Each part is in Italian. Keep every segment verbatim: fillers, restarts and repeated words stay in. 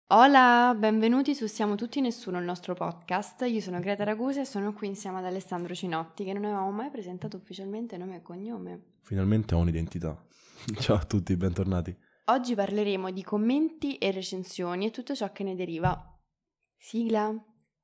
Hola, benvenuti su Siamo Tutti Nessuno, il nostro podcast. Io sono Greta Ragusa e sono qui insieme ad Alessandro Cinotti, che non avevamo mai presentato ufficialmente nome e cognome. Finalmente ho un'identità. Ciao a tutti, bentornati. Oggi parleremo di commenti e recensioni e tutto ciò che ne deriva. Sigla.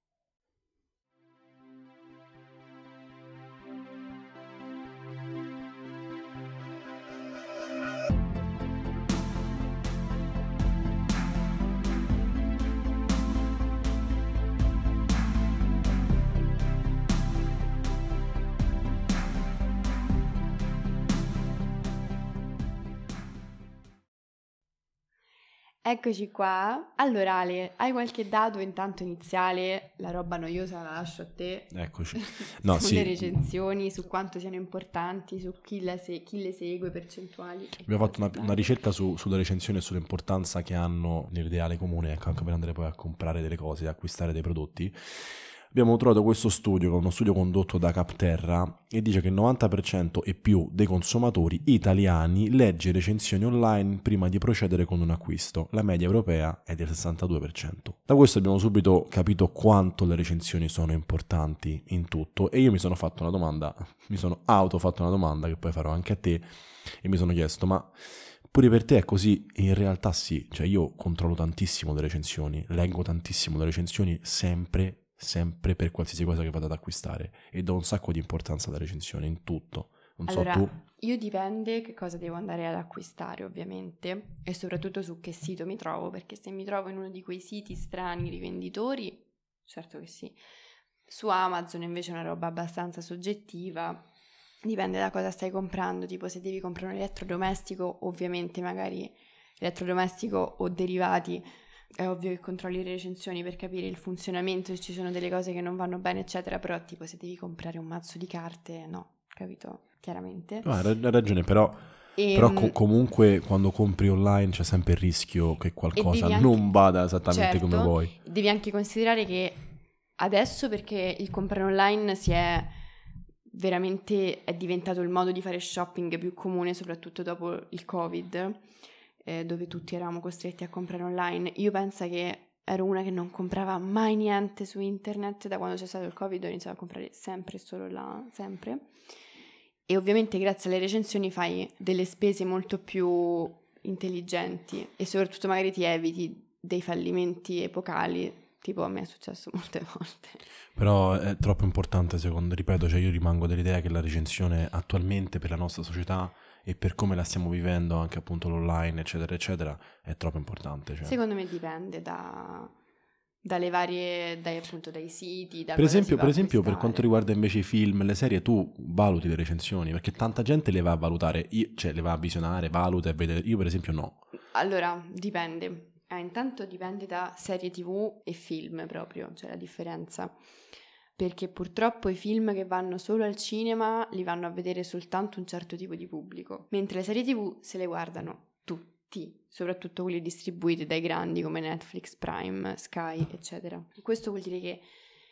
Eccoci qua. Allora Ale, hai qualche dato intanto iniziale? La roba noiosa la lascio a te. Eccoci. No, Sulle sì. recensioni, su quanto siano importanti, su chi, la se- chi le segue, percentuali. e Abbiamo fatto cose una, una varie. ricerca su, sulle recensioni e sull'importanza che hanno nell'ideale comune, ecco, anche per andare poi a comprare delle cose, acquistare dei prodotti. Abbiamo trovato questo studio, che è uno studio condotto da Capterra, e dice che il novanta per cento e più dei consumatori italiani legge recensioni online prima di procedere con un acquisto. La media europea è del sessantadue per cento. Da questo abbiamo subito capito quanto le recensioni sono importanti in tutto, e io mi sono fatto una domanda, mi sono auto fatto una domanda che poi farò anche a te, e mi sono chiesto, ma pure per te è così? In realtà sì, cioè io controllo tantissimo le recensioni, leggo tantissimo le recensioni sempre, sempre per qualsiasi cosa che vado ad acquistare, e do un sacco di importanza alla recensione in tutto. Non so Allora, tu. io dipende che cosa devo andare ad acquistare, ovviamente, e soprattutto su che sito mi trovo, perché se mi trovo in uno di quei siti strani rivenditori, certo che sì. Su Amazon invece è una roba abbastanza soggettiva, dipende da cosa stai comprando, tipo se devi comprare un elettrodomestico, ovviamente magari elettrodomestico o derivati, è ovvio che controlli le recensioni per capire il funzionamento, se ci sono delle cose che non vanno bene, eccetera, però tipo se devi comprare un mazzo di carte, no, capito? Chiaramente. No, hai rag- hai ragione, però, E, però co- comunque quando compri online c'è sempre il rischio che e qualcosa devi anche, non vada esattamente come certo, vuoi. devi anche considerare che adesso, perché il comprare online si è veramente, è diventato il modo di fare shopping più comune, soprattutto dopo il Covid, eh, dove tutti eravamo costretti a comprare online. Io penso che ero una che non comprava mai niente su internet. Da quando c'è stato il Covid ho iniziato a comprare sempre e solo là, sempre. E ovviamente grazie alle recensioni fai delle spese molto più intelligenti e soprattutto magari ti eviti dei fallimenti epocali, tipo a me è successo molte volte. Però è troppo importante, secondo, ripeto, cioè io rimango dell'idea che la recensione attualmente per la nostra società e per come la stiamo vivendo, anche appunto l'online, eccetera, eccetera, è troppo importante. Cioè. Secondo me dipende da, dalle varie, dai, appunto dai siti, da Per cosa si esempio, va a per esempio, per quanto acquistare. riguarda invece i film, le serie, tu valuti le recensioni, perché tanta gente le va a valutare, io- cioè le va a visionare, valuta e vedere. Io per esempio no. Allora, dipende. Eh, intanto dipende da serie tivù e film proprio, c'è la differenza. Perché purtroppo i film che vanno solo al cinema li vanno a vedere soltanto un certo tipo di pubblico, mentre le serie tivù se le guardano tutti, soprattutto quelli distribuiti dai grandi come Netflix, Prime, Sky, eccetera. Questo vuol dire che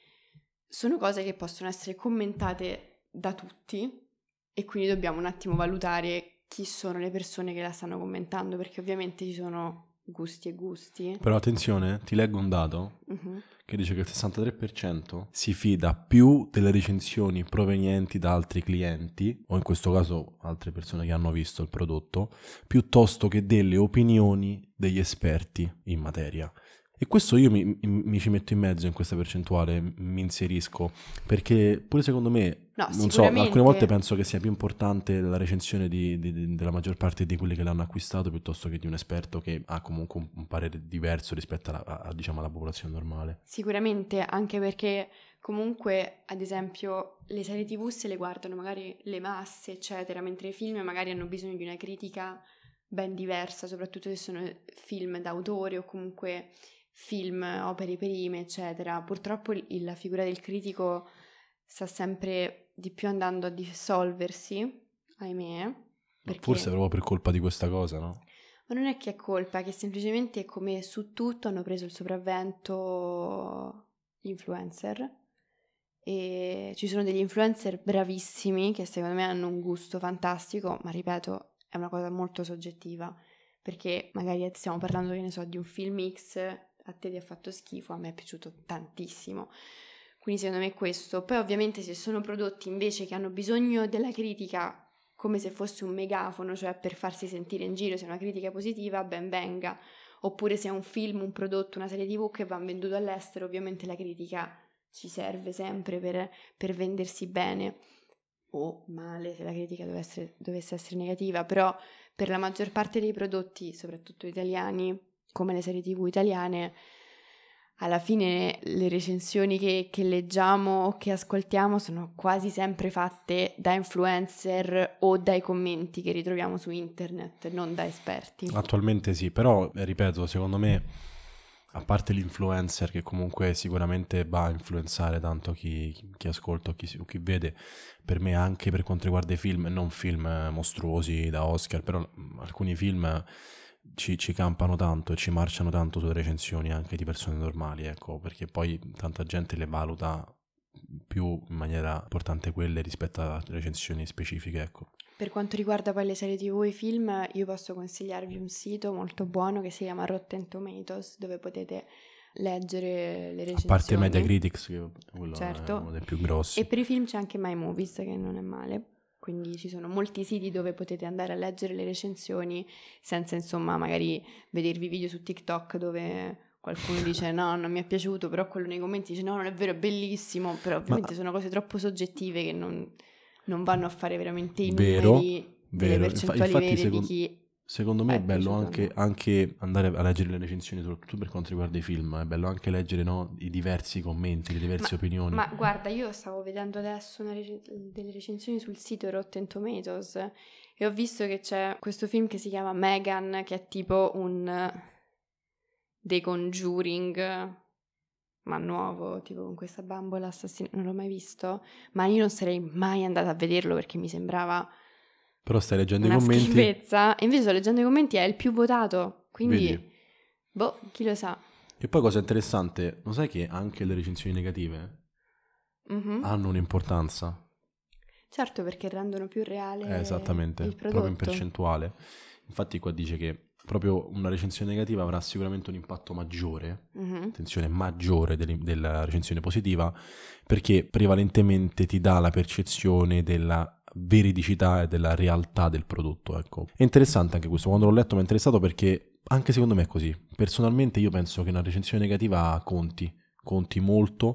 sono cose che possono essere commentate da tutti e quindi dobbiamo un attimo valutare chi sono le persone che la stanno commentando, perché ovviamente ci sono gusti e gusti. Però attenzione, ti leggo un dato Mhm. che dice che il sessantatré per cento si fida più delle recensioni provenienti da altri clienti, o in questo caso altre persone che hanno visto il prodotto, piuttosto che delle opinioni degli esperti in materia. E questo io mi, mi ci metto in mezzo in questa percentuale, mi inserisco, perché pure secondo me, No, non so, alcune volte sicuramente. penso che sia più importante la recensione di- di- di- della maggior parte di quelli che l'hanno acquistato piuttosto che di un esperto che ha comunque un, un parere diverso rispetto alla, a- a, diciamo, alla popolazione normale. Sicuramente, anche perché comunque, ad esempio, le serie tivù se le guardano magari le masse, eccetera, mentre i film magari hanno bisogno di una critica ben diversa, soprattutto se sono film d'autore o comunque film, opere prime, eccetera. Purtroppo il- la figura del critico sta sempre di più andando a dissolversi, ahimè, Ma forse perché proprio per colpa di questa cosa, no? ma non è che è colpa, è che semplicemente come su tutto hanno preso il sopravvento gli influencer e ci sono degli influencer bravissimi che secondo me hanno un gusto fantastico, ma ripeto, è una cosa molto soggettiva, perché magari stiamo parlando, che ne so, di un film X, a te ti ha fatto schifo, a me è piaciuto tantissimo. Quindi secondo me è questo. Poi ovviamente se sono prodotti invece che hanno bisogno della critica come se fosse un megafono, cioè per farsi sentire in giro, se è una critica positiva, ben venga. Oppure se è un film, un prodotto, una serie tivù che va venduto all'estero, ovviamente la critica ci serve sempre per, per vendersi bene o male se la critica dovesse essere, dovesse essere negativa, però per la maggior parte dei prodotti, soprattutto italiani, come le serie tivù italiane, alla fine le recensioni che, che leggiamo o che ascoltiamo sono quasi sempre fatte da influencer o dai commenti che ritroviamo su internet, non da esperti. Attualmente sì, però ripeto, secondo me, a parte l'influencer che comunque sicuramente va a influenzare tanto chi, chi ascolta o chi, chi vede, per me anche per quanto riguarda i film, non film mostruosi da Oscar, però alcuni film ci, ci campano tanto e ci marciano tanto sulle recensioni anche di persone normali, ecco, perché poi tanta gente le valuta più in maniera importante quelle rispetto a recensioni specifiche, ecco. Per quanto riguarda poi le serie tivù e i film, io posso consigliarvi un sito molto buono che si chiama Rotten Tomatoes, dove potete leggere le recensioni. A parte Metacritics, che quello certo. è uno dei più grossi. E per i film c'è anche My Movies, che non è male. Quindi ci sono molti siti dove potete andare a leggere le recensioni senza, insomma, magari vedervi video su TikTok dove qualcuno dice no, non mi è piaciuto, però quello nei commenti dice no, non è vero, è bellissimo, però ovviamente Ma... sono cose troppo soggettive che non, non vanno a fare veramente i vero, numeri delle vero. percentuali Infatti, vere secondo... di chi... Secondo me è, è bello anche, no? anche andare a leggere le recensioni, soprattutto per quanto riguarda i film, è bello anche leggere, no, i diversi commenti, le diverse ma, opinioni. Ma guarda, io stavo vedendo adesso una rec- delle recensioni sul sito Rotten Tomatoes e ho visto che c'è questo film che si chiama Megan, che è tipo un The Conjuring, ma nuovo, tipo con questa bambola assassina, non l'ho mai visto, ma io non sarei mai andata a vederlo perché mi sembrava... Però stai leggendo una i commenti. schifezza. E invece sto leggendo i commenti, è il più votato. Quindi, Vedi? boh, chi lo sa. E poi cosa interessante, lo sai che anche le recensioni negative Mm-hmm. hanno un'importanza? Certo, perché rendono più reale eh, esattamente, il prodotto. proprio in percentuale. Infatti qua dice che proprio una recensione negativa avrà sicuramente un impatto maggiore, mm-hmm. attenzione, maggiore del, della recensione positiva, perché prevalentemente ti dà la percezione della veridicità e della realtà del prodotto, ecco. È interessante anche questo, quando l'ho letto mi è interessato perché anche secondo me è così. Personalmente io penso che una recensione negativa conti, conti molto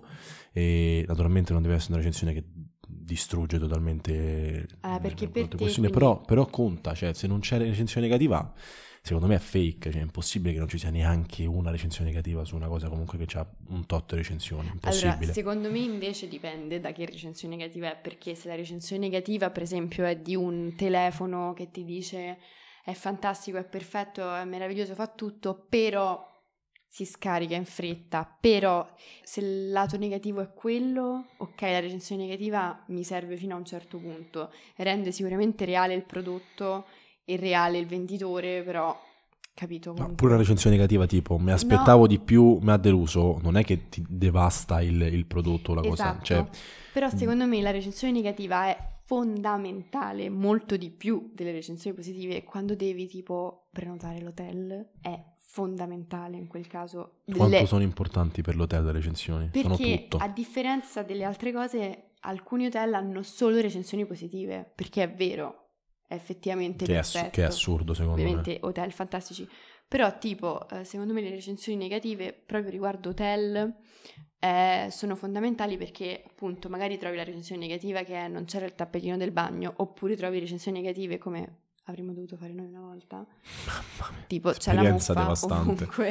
e naturalmente non deve essere una recensione che distrugge totalmente ah, perché per te, questioni, quindi... però, però conta, cioè se non c'è recensione negativa secondo me è fake, cioè è impossibile che non ci sia neanche una recensione negativa su una cosa comunque che ha un tot di recensioni, impossibile. Allora, secondo me invece dipende da che recensione negativa è, perché se la recensione negativa per esempio è di un telefono che ti dice è fantastico, è perfetto, è meraviglioso, fa tutto, però si scarica in fretta, però se il lato negativo è quello, ok, la recensione negativa mi serve fino a un certo punto, rende sicuramente reale il prodotto e reale il venditore, però capito? No, pure una recensione negativa tipo mi aspettavo no. di più, mi ha deluso, non è che ti devasta il, il prodotto, la esatto. cosa. Cioè... Però secondo me la recensione negativa è fondamentale, molto di più delle recensioni positive. Quando devi tipo prenotare l'hotel è fondamentale in quel caso. Quanto delle... sono importanti per l'hotel le recensioni? Perché sono tutto. A differenza delle altre cose, alcuni hotel hanno solo recensioni positive, perché è vero. È effettivamente che perfetto. È, che è assurdo secondo ovviamente, me. Ovviamente hotel fantastici. Però tipo, eh, secondo me le recensioni negative proprio riguardo hotel eh, sono fondamentali perché appunto magari trovi la recensione negativa che è non c'era il tappetino del bagno, oppure trovi recensioni negative come avremmo dovuto fare noi una volta. Tipo c'è la muffa devastante. Ovunque.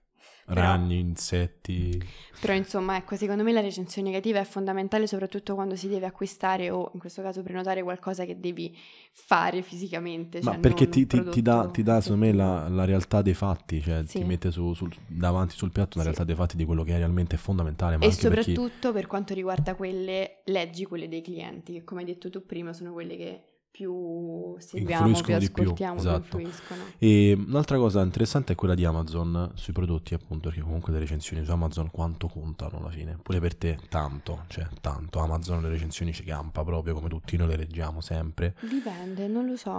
Ragni, però, insetti. Però insomma, ecco, secondo me la recensione negativa è fondamentale soprattutto quando si deve acquistare o in questo caso prenotare qualcosa che devi fare fisicamente. Ma cioè perché ti, ti, ti, dà, ti dà secondo me la, la realtà dei fatti, cioè sì. ti mette su, sul, davanti sul piatto una sì. realtà dei fatti di quello che è realmente fondamentale. Ma e anche soprattutto per, chi... per quanto riguarda quelle, leggi quelle dei clienti, che come hai detto tu prima sono quelle che più seguiamo, più ascoltiamo, più, esatto. più influiscono. E un'altra cosa interessante è quella di Amazon sui prodotti, appunto, perché comunque le recensioni su Amazon quanto contano alla fine? Pure per te tanto, cioè tanto. Amazon le recensioni ci campa proprio come tutti noi le leggiamo sempre. Dipende, non lo so.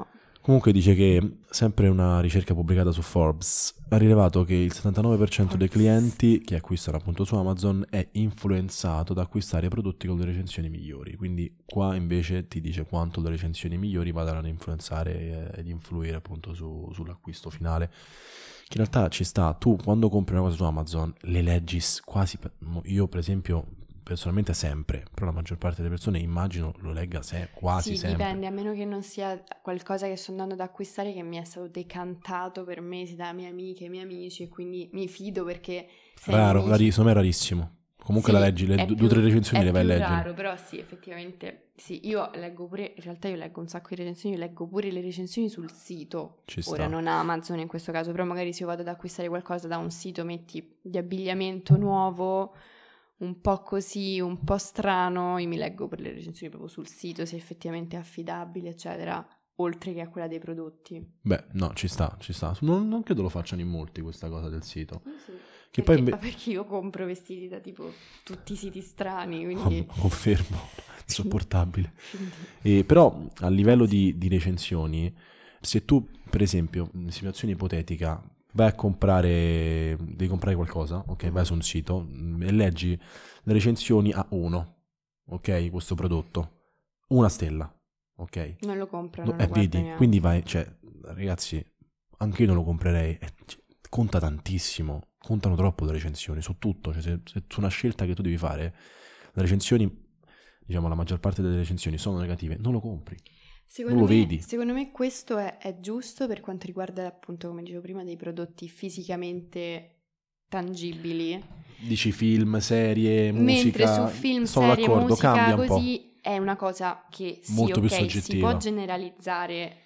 Comunque dice che sempre una ricerca pubblicata su Forbes ha rilevato che il settantanove per cento dei clienti che acquistano appunto su Amazon è influenzato da acquistare prodotti con le recensioni migliori. Quindi qua invece ti dice quanto le recensioni migliori vadano ad influenzare ed influire appunto su, sull'acquisto finale. Che in realtà ci sta, tu quando compri una cosa su Amazon le leggi quasi, io per esempio personalmente sempre, però la maggior parte delle persone immagino lo legga se, quasi sì, sempre. Dipende, a meno che non sia qualcosa che sto andando ad acquistare che mi è stato decantato per mesi da mie amiche e miei amici e quindi mi fido perché... Raro, amici... secondo me è rarissimo. Comunque sì, la leggi, le due o più, tre recensioni le vai a leggere. È raro, però sì, effettivamente, sì, io leggo pure, in realtà io leggo un sacco di recensioni, io leggo pure le recensioni sul sito, Ci sta. Ora non Amazon in questo caso, però magari se io vado ad acquistare qualcosa da un sito, metti di abbigliamento nuovo, un po' così, un po' strano, io mi leggo per le recensioni proprio sul sito, se effettivamente è affidabile, eccetera, oltre che a quella dei prodotti. Beh, no, ci sta, ci sta. Non, non credo lo facciano in molti questa cosa del sito. Eh sì. Che perché, poi inve... perché io compro vestiti da tipo tutti i siti strani, quindi... Oh, confermo, insopportabile. E, però a livello di, di recensioni, se tu per esempio, in situazione ipotetica, vai a comprare, devi comprare qualcosa, ok, vai su un sito e leggi le recensioni a uno, ok, questo prodotto, una stella, ok? Non lo compro, no, non eh, lo vedi, neanche. Quindi vai, cioè, ragazzi, anche io non lo comprerei, eh, cioè, conta tantissimo, contano troppo le recensioni, su tutto, cioè se, se su una scelta che tu devi fare, le recensioni, diciamo la maggior parte delle recensioni sono negative, non lo compri. Secondo non lo me, vedi. Secondo me questo è, è giusto per quanto riguarda appunto, come dicevo prima, dei prodotti fisicamente tangibili. Dici film, serie, musica. Mentre su film, sono serie, d'accordo, musica, cambia un così po'. è una cosa che sì, molto ok, più soggettiva. Si può generalizzare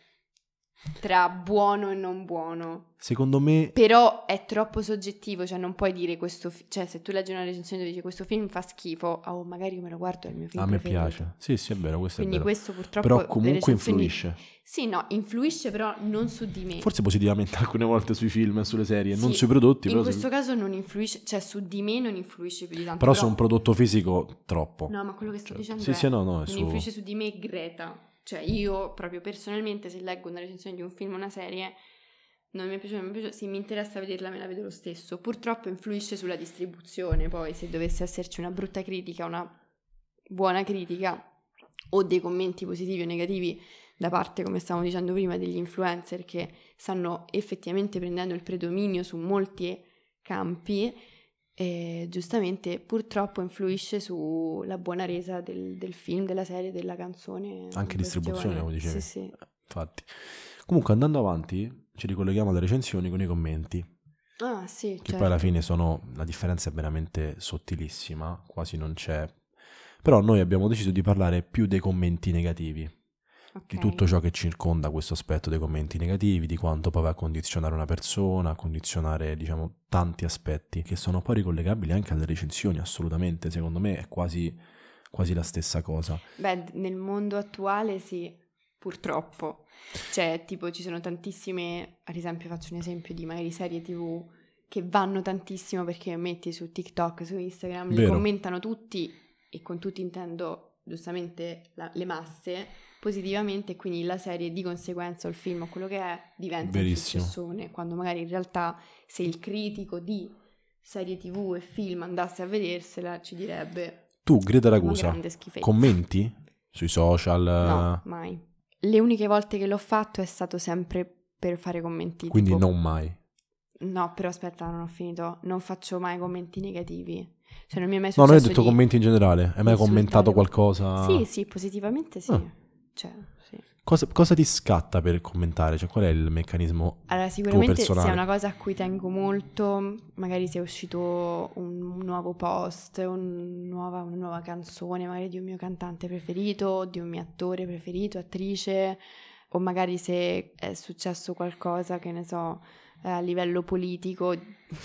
tra buono e non buono. Secondo me... Però è troppo soggettivo, cioè non puoi dire questo... Fi- cioè se tu leggi una recensione dove dici questo film fa schifo, oh magari io me lo guardo, è il mio film A me preferito. piace. Sì, sì, è vero, questo Quindi è vero. questo purtroppo... Però comunque recensioni... influisce. Sì, no, influisce però non su di me. Forse positivamente alcune volte sui film e sulle serie, sì, non sui prodotti. In però questo su... caso non influisce, cioè su di me non influisce più di tanto. Però, però... su un prodotto fisico troppo. No, ma quello che sto cioè, dicendo sì, è... Sì, no, no, è non su... influisce su di me Greta. Cioè io proprio personalmente se leggo una recensione di un film o una serie... Non mi è piaciuto, non mi è piaciuto, se mi interessa vederla me la vedo lo stesso. Purtroppo influisce sulla distribuzione, poi se dovesse esserci una brutta critica, una buona critica o dei commenti positivi o negativi da parte, come stavamo dicendo prima, degli influencer che stanno effettivamente prendendo il predominio su molti campi, e giustamente purtroppo influisce sulla buona resa del, del film, della serie, della canzone. Anche distribuzione, come dicevi. Sì, sì. Infatti. Comunque andando avanti ci ricolleghiamo alle recensioni con i commenti. Ah, sì, che certo. poi alla fine sono, la differenza è veramente sottilissima, quasi non c'è. Però noi abbiamo deciso di parlare più dei commenti negativi, okay. Di tutto ciò che circonda questo aspetto dei commenti negativi, di quanto poi va a condizionare una persona, a condizionare, diciamo, tanti aspetti che sono poi ricollegabili anche alle recensioni, assolutamente. Secondo me è quasi, quasi la stessa cosa. Beh, nel mondo attuale sì. Purtroppo, cioè tipo ci sono tantissime, ad esempio faccio un esempio di magari serie tv che vanno tantissimo perché metti su TikTok, su Instagram, Vero. Le commentano tutti e con tutti intendo giustamente la, le masse positivamente e quindi la serie di conseguenza o il film o quello che è diventa Verissimo. un successone, quando magari in realtà se il critico di serie tv e film andasse a vedersela ci direbbe tu Greta Ragusa una grande schifezza. Commenti sui social? No, mai. Le uniche volte che l'ho fatto è stato sempre per fare commenti. Quindi tipo... non mai. No, però aspetta, non ho finito. Non faccio mai commenti negativi. Cioè non mi è mai No, successo non hai detto di commenti in generale. Hai mai insultare... commentato qualcosa? Sì, sì, positivamente sì. Ah. Cioè, sì. Cosa, cosa ti scatta per commentare? Cioè, qual è il meccanismo Allora, sicuramente tuo personale? se è una cosa a cui tengo molto, magari se è uscito un nuovo post, un nuova, una nuova canzone, magari di un mio cantante preferito, di un mio attore preferito, attrice, o magari se è successo qualcosa, che ne so, a livello politico,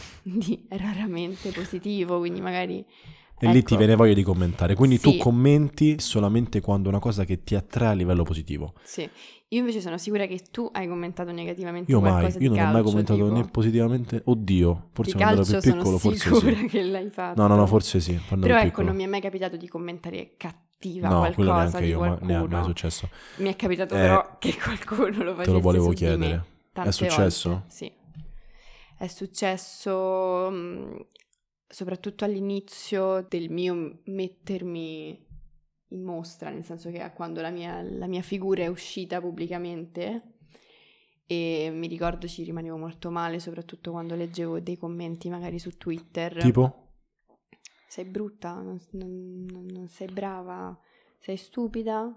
di raramente positivo, quindi magari... E ecco. lì ti viene voglia di commentare. Quindi Sì. tu commenti solamente quando è una cosa che ti attrae a livello positivo. Sì. Io invece sono sicura che tu hai commentato negativamente Io qualcosa mai, di io non calcio, ho mai commentato tipo. né positivamente. Oddio, forse Di quando ero calcio più piccolo, sono forse sicura sì. che l'hai fatto. No, no, no, forse sì. Quando Però ero ecco, piccolo. non mi è mai capitato di commentare sentiva no, quello qualcosa neanche di io, ma qualcuno. neanche mai successo. Mi è capitato Eh, però che qualcuno lo facesse Te lo volevo su di chiedere. me, tante È successo? volte, sì. È successo mh, soprattutto all'inizio del mio mettermi in mostra, nel senso che quando la mia, la mia figura è uscita pubblicamente, e mi ricordo ci rimanevo molto male, soprattutto quando leggevo dei commenti magari su Twitter. Tipo? Sei brutta, non, non, non sei brava, sei stupida.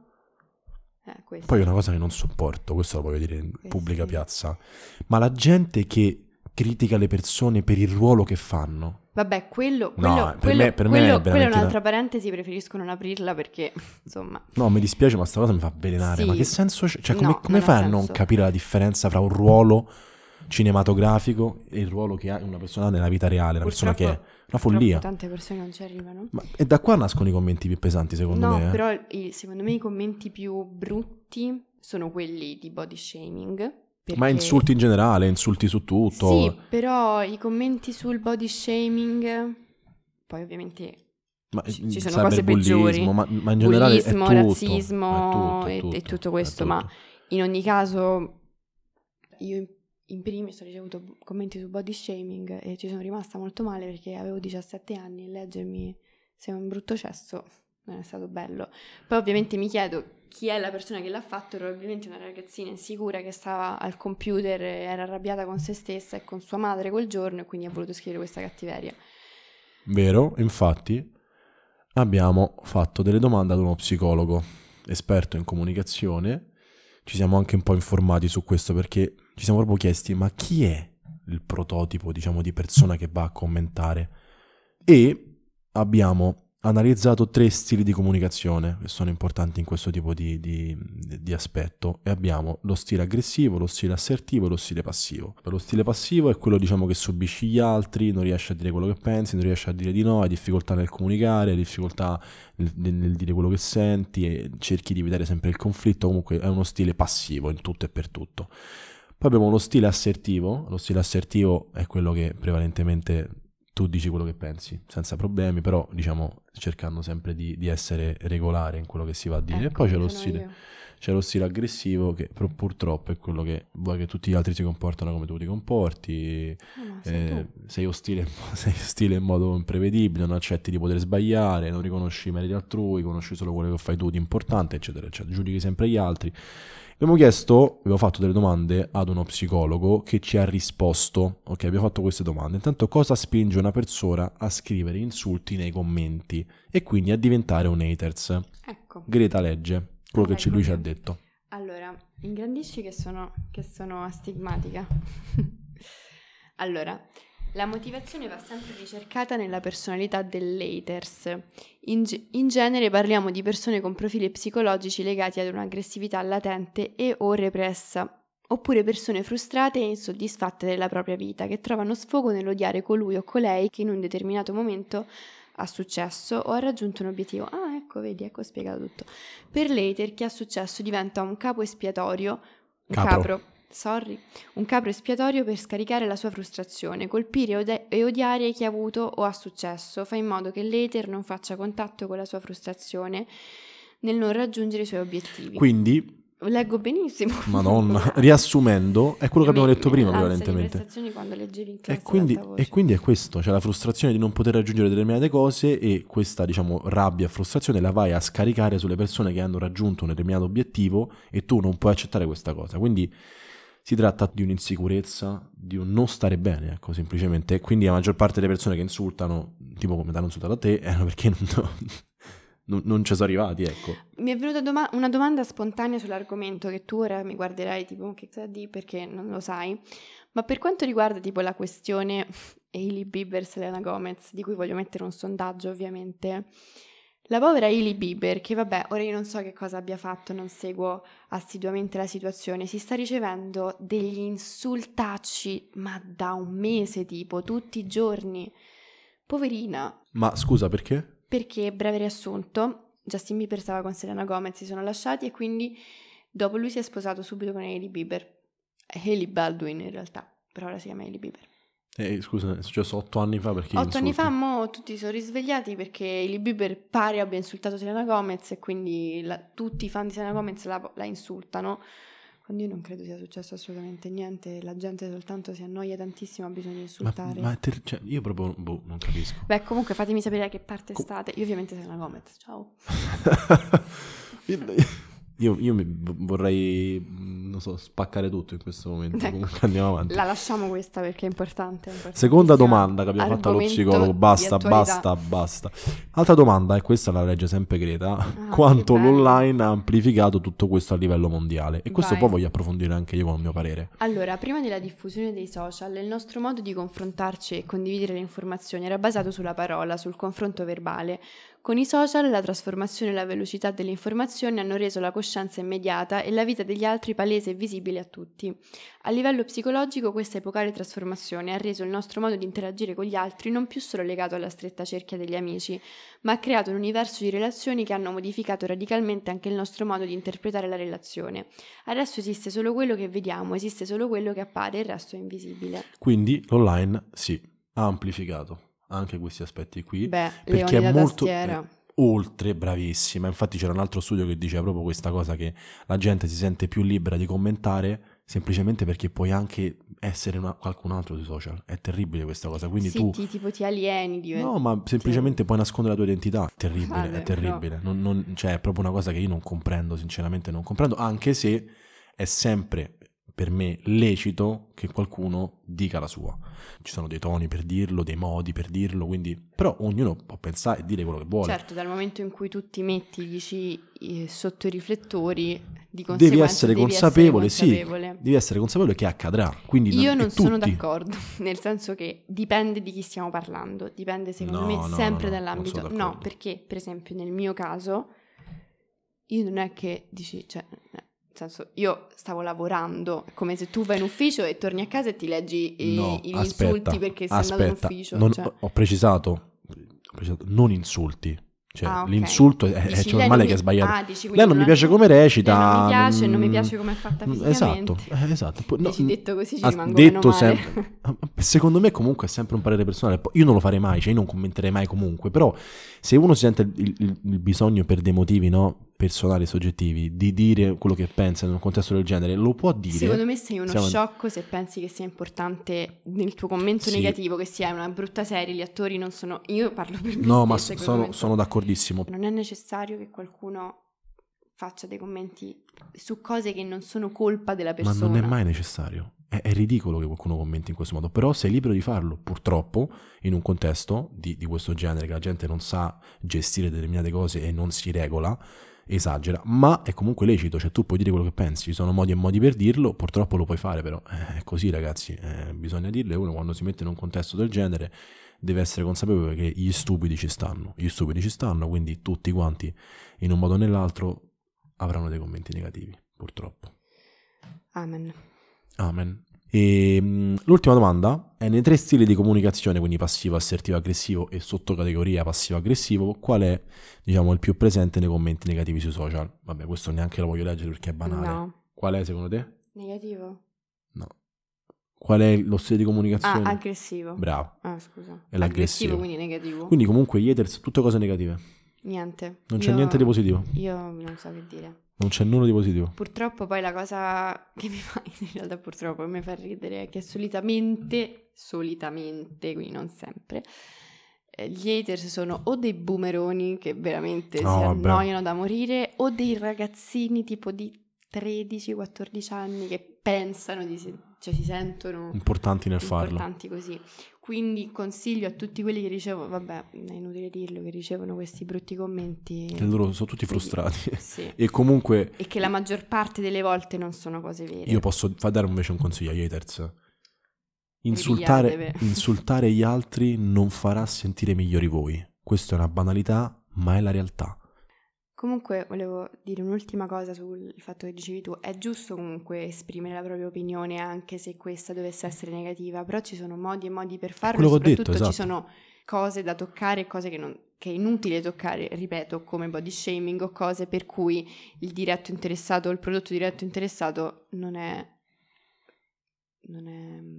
Eh, questo. Poi è una cosa che non sopporto, questo lo voglio dire in Eh, pubblica sì. piazza, ma la gente che critica le persone per il ruolo che fanno. Vabbè, quello, quello, No, per quello, me, per quello, me è quella è veramente un'altra una... parentesi, preferisco non aprirla perché, insomma... No, mi dispiace, ma sta cosa mi fa avvelenare. Sì. Ma che senso c'è? Cioè, come, No, come non ha fai a non senso. capire la differenza tra un ruolo cinematografico e il ruolo che ha una persona nella vita reale, una persona che è Purtroppo, una follia. purtroppo tante persone non ci arrivano. Ma, e da qua nascono i commenti più pesanti, secondo No, me. Eh? però i- secondo me i commenti più brutti sono quelli di body shaming. Ma perché- insulti in generale, insulti su tutto. Sì, però i commenti sul body shaming, poi ovviamente Ma ci, il ci sono cose cyberbullismo, peggiori, ma, ma in generale è bullismo, tutto, razzismo è e, tutto, e è tutto, tutto è questo, tutto. ma in ogni caso io in, in primis ho ricevuto commenti su body shaming e ci sono rimasta molto male perché avevo diciassette anni e leggermi sei un brutto cesso non è stato bello. Poi ovviamente mi chiedo chi è la persona che l'ha fatto, probabilmente una ragazzina insicura che stava al computer, era arrabbiata con se stessa e con sua madre quel giorno e quindi ha voluto scrivere questa cattiveria. Vero, infatti abbiamo fatto delle domande ad uno psicologo esperto in comunicazione, ci siamo anche un po' informati su questo perché ci siamo proprio chiesti ma chi è il prototipo, diciamo, di persona che va a commentare, e abbiamo analizzato tre stili di comunicazione che sono importanti in questo tipo di, di, di aspetto, e abbiamo lo stile aggressivo, lo stile assertivo e lo stile passivo. Lo stile passivo è quello, diciamo, che subisci gli altri, non riesci a dire quello che pensi, non riesci a dire di no, hai difficoltà nel comunicare, hai difficoltà nel, nel dire quello che senti e cerchi di evitare sempre il conflitto. Comunque è uno stile passivo in tutto e per tutto. Poi abbiamo lo stile assertivo. Lo stile assertivo è quello che prevalentemente tu dici quello che pensi senza problemi, però diciamo cercando sempre di, di essere regolare in quello che si va a dire. Ecco, E poi c'è sono lo stile io. c'è lo stile aggressivo che pur- purtroppo è quello che vuoi che tutti gli altri si comportano come tu ti comporti, Ah, ma sei eh, tu. sei ostile, sei ostile in modo imprevedibile, non accetti di poter sbagliare, non riconosci i meriti altrui, conosci solo quello che fai tu di importante, eccetera, eccetera, giudichi sempre gli altri. Abbiamo chiesto, abbiamo fatto delle domande ad uno psicologo che ci ha risposto. Ok, abbiamo fatto queste domande. Intanto, cosa spinge una persona a scrivere insulti nei commenti e quindi a diventare un haters? Ecco. Greta legge quello Ah, che ci- lui ci ha leggo io. detto. Allora, ingrandisci che sono, che sono astigmatica. Allora, la motivazione va sempre ricercata nella personalità dell'haters. In, ge- in genere parliamo di persone con profili psicologici legati ad un'aggressività latente e o repressa, oppure persone frustrate e insoddisfatte della propria vita, che trovano sfogo nell'odiare colui o colei che in un determinato momento ha successo o ha raggiunto un obiettivo. Ah, ecco, vedi, ecco spiegato tutto. Per l'hater chi ha successo diventa un capo espiatorio, un Capro. capro, sorry, un capro espiatorio per scaricare la sua frustrazione, colpire ode- e odiare chi ha avuto o ha successo, fa in modo che l'hater non faccia contatto con la sua frustrazione nel non raggiungere i suoi obiettivi. Quindi, Leggo benissimo. Madonna, Grazie. riassumendo, è quello che abbiamo Mi- detto mi- prima l'ansia di prevalentemente. prestazioni quando leggevi in E classe quindi, ad alta voce. e quindi è questo, c'è la frustrazione di non poter raggiungere determinate cose, e questa, diciamo, rabbia e frustrazione la vai a scaricare sulle persone che hanno raggiunto un determinato obiettivo e tu non puoi accettare questa cosa. Quindi si tratta di un'insicurezza, di un non stare bene, ecco, semplicemente. E quindi la maggior parte delle persone che insultano, tipo come ti hanno insultato a te, è perché non, non, non ci sono arrivati, ecco. Mi è venuta doma- una domanda spontanea sull'argomento che tu ora mi guarderai tipo che cosa di perché non lo sai, ma per quanto riguarda tipo la questione Hailey Bieber Selena Gomez, di cui voglio mettere un sondaggio ovviamente, la povera Hailey Bieber, che vabbè ora io non so che cosa abbia fatto, non seguo assiduamente la situazione, si sta ricevendo degli insultacci ma da un mese tipo, tutti i giorni, poverina. Ma scusa, perché? Perché, breve riassunto, Justin Bieber stava con Selena Gomez, si sono lasciati e quindi dopo lui si è sposato subito con Hailey Bieber. Hailey Baldwin in realtà, però ora si chiama Hailey Bieber. Eh, scusa, è successo otto anni fa perché Otto anni insulti? fa, mo tutti sono risvegliati perché Hailey Bieber pare abbia insultato Selena Gomez e quindi la- tutti i fan di Selena Gomez la, la insultano. Quando io non credo sia successo assolutamente niente, la gente soltanto si annoia tantissimo, ha bisogno di Ma, insultare. ma è ter- cioè, io proprio boh, non capisco. Beh, comunque fatemi sapere da che parte Com- state. Io ovviamente Selena Gomez, ciao. io, io mi vorrei, non so, spaccare tutto in questo momento. Ecco. Comunque andiamo avanti. La lasciamo questa perché è importante. È Seconda importantissima. domanda che abbiamo fatto allo Argomento psicologo. di Basta, attualità. basta, basta. Altra domanda, e questa la legge sempre Greta. Ah, Quanto che bello. l'online ha amplificato tutto questo a livello mondiale? E questo Vai. poi voglio approfondire anche io con il mio parere. Allora, prima della diffusione dei social, il nostro modo di confrontarci e condividere le informazioni era basato sulla parola, sul confronto verbale. Con i social la trasformazione e la velocità delle informazioni hanno reso la coscienza immediata e la vita degli altri palese e visibile a tutti. A livello psicologico questa epocale trasformazione ha reso il nostro modo di interagire con gli altri non più solo legato alla stretta cerchia degli amici, ma ha creato un universo di relazioni che hanno modificato radicalmente anche il nostro modo di interpretare la relazione. Adesso esiste solo quello che vediamo, esiste solo quello che appare, il resto è invisibile. Quindi l'online, sì, ha amplificato anche questi aspetti qui. Beh, perché è Leone da molto tastiera. eh, oltre bravissima. Infatti c'era un altro studio che diceva proprio questa cosa, che la gente si sente più libera di commentare semplicemente perché puoi anche essere una- qualcun altro sui social. È terribile questa cosa, quindi sì, tu ti, tipo ti alieni, diventi... no, ma semplicemente puoi nascondere la tua identità. È terribile, Vale, è terribile. Non, non- cioè, è proprio una cosa che io non comprendo, sinceramente non comprendo, anche se è sempre per me lecito che qualcuno dica la sua. Ci sono dei toni per dirlo, dei modi per dirlo, quindi però ognuno può pensare e dire quello che vuole. Certo, dal momento in cui tu ti metti, dici, eh, sotto i riflettori, di Devi conseguenza essere devi consapevole, essere sì, consapevole. devi essere consapevole che accadrà. Quindi Io e non sono tutti. d'accordo, nel senso che dipende di chi stiamo parlando, dipende secondo No, me no, sempre no, no, dall'ambito. non sono No, d'accordo. perché per esempio nel mio caso, io non è che dici, cioè, nel senso, io stavo lavorando, è come se tu vai in ufficio e torni a casa e ti leggi i- No, gli aspetta, insulti perché sei andato in aspetta, ufficio. non- cioè. ho, precisato, ho precisato, non insulti. Cioè, Ah, ok. l'insulto è, è Dici, cioè, lei normale non che è mi- sbagliato. Ah, dici, quindi Lei non mi ha- piace come recita. lei non mi piace, non mi non- piace come è fatta Mm, fisicamente. Esatto, eh, esatto. Poi, no, Dici, detto così ci ha rimango detto meno male. sempre- secondo me comunque è sempre un parere personale. Poi io non lo farei mai, cioè io non commenterei mai comunque, però se uno si sente il, il- il bisogno per dei motivi, no, personali e soggettivi di dire quello che pensa in un contesto del genere, lo può dire. Secondo me sei uno Siamo- sciocco se pensi che sia importante nel tuo commento Sì. negativo, che sia una brutta serie, gli attori non sono... Io parlo per me No, ma stessa, che sono, ovviamente sono d'accordissimo. non è necessario che qualcuno faccia dei commenti su cose che non sono colpa della Ma persona. non è mai necessario. È, è ridicolo che qualcuno commenti in questo modo, però sei libero di farlo, purtroppo, in un contesto di, di questo genere, che la gente non sa gestire determinate cose e non si regola, esagera, ma è comunque lecito, cioè tu puoi dire quello che pensi, ci sono modi e modi per dirlo, purtroppo lo puoi fare però, eh, è così ragazzi, eh, bisogna dirlo, e uno quando si mette in un contesto del genere deve essere consapevole che gli stupidi ci stanno, gli stupidi ci stanno, quindi tutti quanti, in un modo o nell'altro, avranno dei commenti negativi, purtroppo. Amen. Amen. E, mh, l'ultima domanda è: nei tre stili di comunicazione, quindi passivo, assertivo, aggressivo e sottocategoria passivo-aggressivo, qual è, diciamo, il più presente nei commenti negativi sui social? Vabbè, questo neanche lo voglio leggere perché è banale. No. Qual è secondo te? Negativo? No. Qual è lo stile di comunicazione? Ah, aggressivo. Bravo. Ah, scusa. È l'aggressivo. Aggressivo, quindi negativo. Quindi comunque gli haters, tutte cose negative. Niente. Non c'è Io- niente di positivo. Io non so che dire. Non c'è nulla di positivo. Purtroppo poi la cosa che mi fa, in realtà purtroppo mi fa ridere è che solitamente, solitamente, quindi non sempre, eh, gli haters sono o dei boomeroni che veramente No, si vabbè. annoiano da morire, o dei ragazzini tipo di tredici quattordici anni che pensano, di se- cioè si sentono Importanti nel farlo. importanti così. Quindi consiglio a tutti quelli che ricevono, vabbè, è inutile dirlo, che ricevono questi brutti commenti. Che loro sono tutti frustrati. Sì. E comunque E che la maggior parte delle volte non sono cose vere. io posso fa- dare invece un consiglio agli haters. Insultare, Ripigliatevi. insultare gli altri non farà sentire migliori voi. Questa è una banalità, ma è la realtà. Comunque volevo dire un'ultima cosa sul fatto che dicevi tu. È giusto comunque esprimere la propria opinione anche se questa dovesse essere negativa, però ci sono modi e modi per farlo, quello e che ho detto, soprattutto ci esatto. sono cose da toccare e cose che, non, che è inutile toccare, ripeto, come body shaming o cose per cui il diretto interessato o il prodotto diretto interessato non è... non è...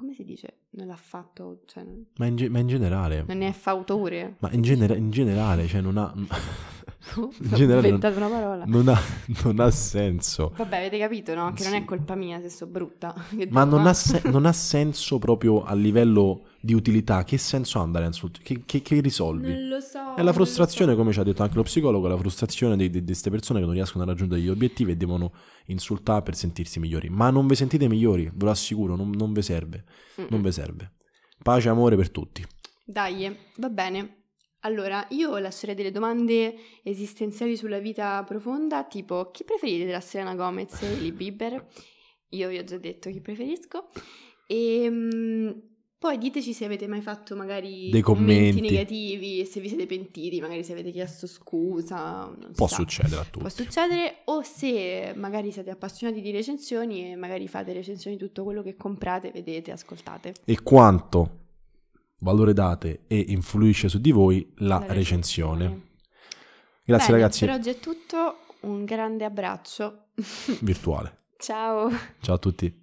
come si dice? Non l'ha fatto, cioè, non, Ma in, ge- ma in generale... non ne è fautore. Ma in, genera- in generale, cioè non ha... Ho in generale non, inventato una parola. non ha, non ha senso. Vabbè, avete capito, no? Che Sì. non è colpa mia se sto brutta. Che Ma devo non ha, fare? se- non ha senso proprio a livello di utilità. Che senso ha andare a insultare? Che, che, che risolvi? Non lo so. È la non frustrazione, lo so. come ci ha detto anche lo psicologo, la frustrazione di, di, di queste persone che non riescono a raggiungere gli obiettivi e devono insultare per sentirsi migliori. Ma non vi sentite migliori, ve lo assicuro, non, non vi serve. Mm-mm. Non vi serve. Pace e amore per tutti. Dai, va bene. Allora, io lascerei delle domande esistenziali sulla vita profonda, tipo chi preferite tra Selena Gomez e Hailey Bieber? Io vi ho già detto chi preferisco. E mm, poi diteci se avete mai fatto magari Dei commenti, commenti. negativi, se vi siete pentiti, magari se avete chiesto scusa, non si Può sa. succedere a Può tutti. succedere, o se magari siete appassionati di recensioni e magari fate recensioni di tutto quello che comprate, vedete, ascoltate. E quanto valore date e influisce su di voi la, La recensione. recensione. Grazie Bene, ragazzi. per oggi è tutto, un grande abbraccio. Virtuale. Ciao! Ciao a tutti.